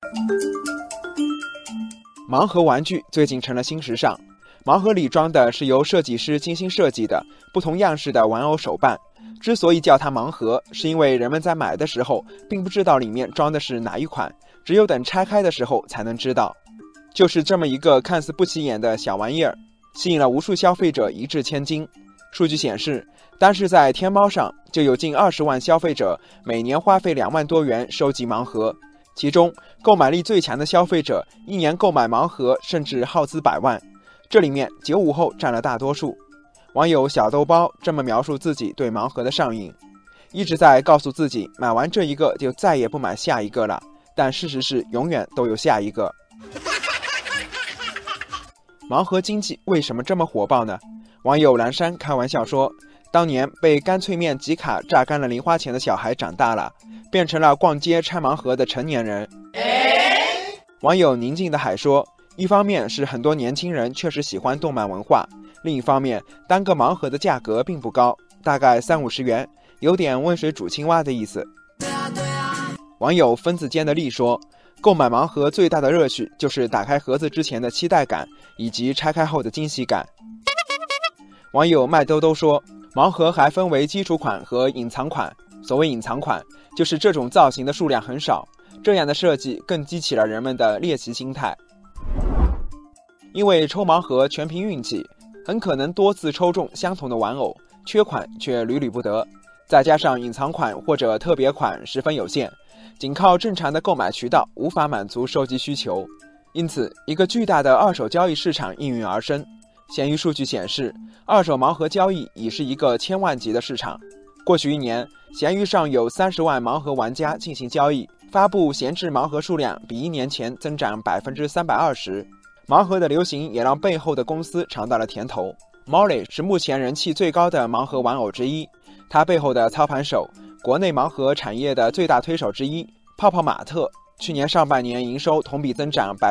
盲盒玩具最近成了新时尚，盲盒里装的是由设计师精心设计的不同样式的玩偶手办。之所以叫它盲盒，是因为人们在买的时候并不知道里面装的是哪一款，只有等拆开的时候才能知道。就是这么一个看似不起眼的小玩意儿，吸引了无数消费者一掷千金。数据显示，单是在天猫上就有近20万消费者每年花费2万多元收集盲盒，其中购买力最强的消费者一年购买盲盒甚至耗资100万，这里面95后占了大多数。网友小豆包这么描述自己对盲盒的上瘾：一直在告诉自己买完这一个就再也不买下一个了，但事实是永远都有下一个。盲盒经济为什么这么火爆呢？网友蓝山开玩笑说，当年被干脆面集卡榨干了零花钱的小孩长大了，变成了逛街拆盲盒的成年人。网友宁静的海说，一方面是很多年轻人确实喜欢动漫文化，另一方面单个盲盒的价格并不高，大概30-50元，有点温水煮青蛙的意思。网友分子间的力说，购买盲盒最大的乐趣就是打开盒子之前的期待感，以及拆开后的惊喜感。网友麦兜兜说，盲盒还分为基础款和隐藏款，所谓隐藏款，就是这种造型的数量很少，这样的设计更激起了人们的猎奇心态。因为抽盲盒全凭运气，很可能多次抽中相同的玩偶，缺款却屡屡不得，再加上隐藏款或者特别款十分有限，仅靠正常的购买渠道无法满足收集需求，因此一个巨大的二手交易市场应运而生。闲鱼数据显示，二手盲盒交易已是一个千万级的市场。过去1年，闲鱼上有30万盲盒玩家进行交易，发布闲置盲盒数量比1年前增长320%。盲盒的流行也让背后的公司尝到了甜头。Molly 是目前人气最高的盲盒玩偶之一，它背后的操盘手，国内盲盒产业的最大推手之一泡泡玛特，去年上半年营收同比增长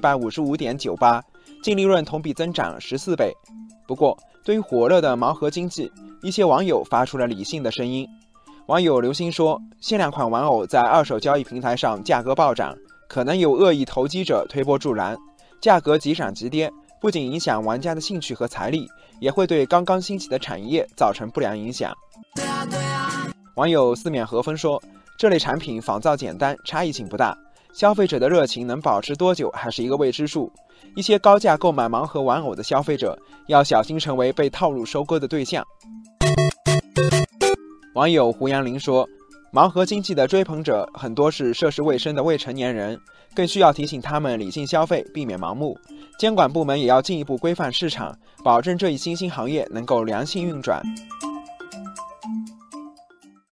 155.98%，净利润同比增长14倍。不过，对于火热的盲盒经济，一些网友发出了理性的声音。网友刘星说，限量款玩偶在二手交易平台上价格暴涨，可能有恶意投机者推波助澜，价格急涨急跌，不仅影响玩家的兴趣和财力，也会对刚刚兴起的产业造成不良影响。网友四面和风说，这类产品仿造简单，差异性不大，消费者的热情能保持多久还是一个未知数。一些高价购买盲盒玩偶的消费者要小心成为被套路收割的对象。网友胡杨林说，盲盒经济的追捧者很多是涉世未深的未成年人，更需要提醒他们理性消费，避免盲目。监管部门也要进一步规范市场，保证这一新兴行业能够良性运转。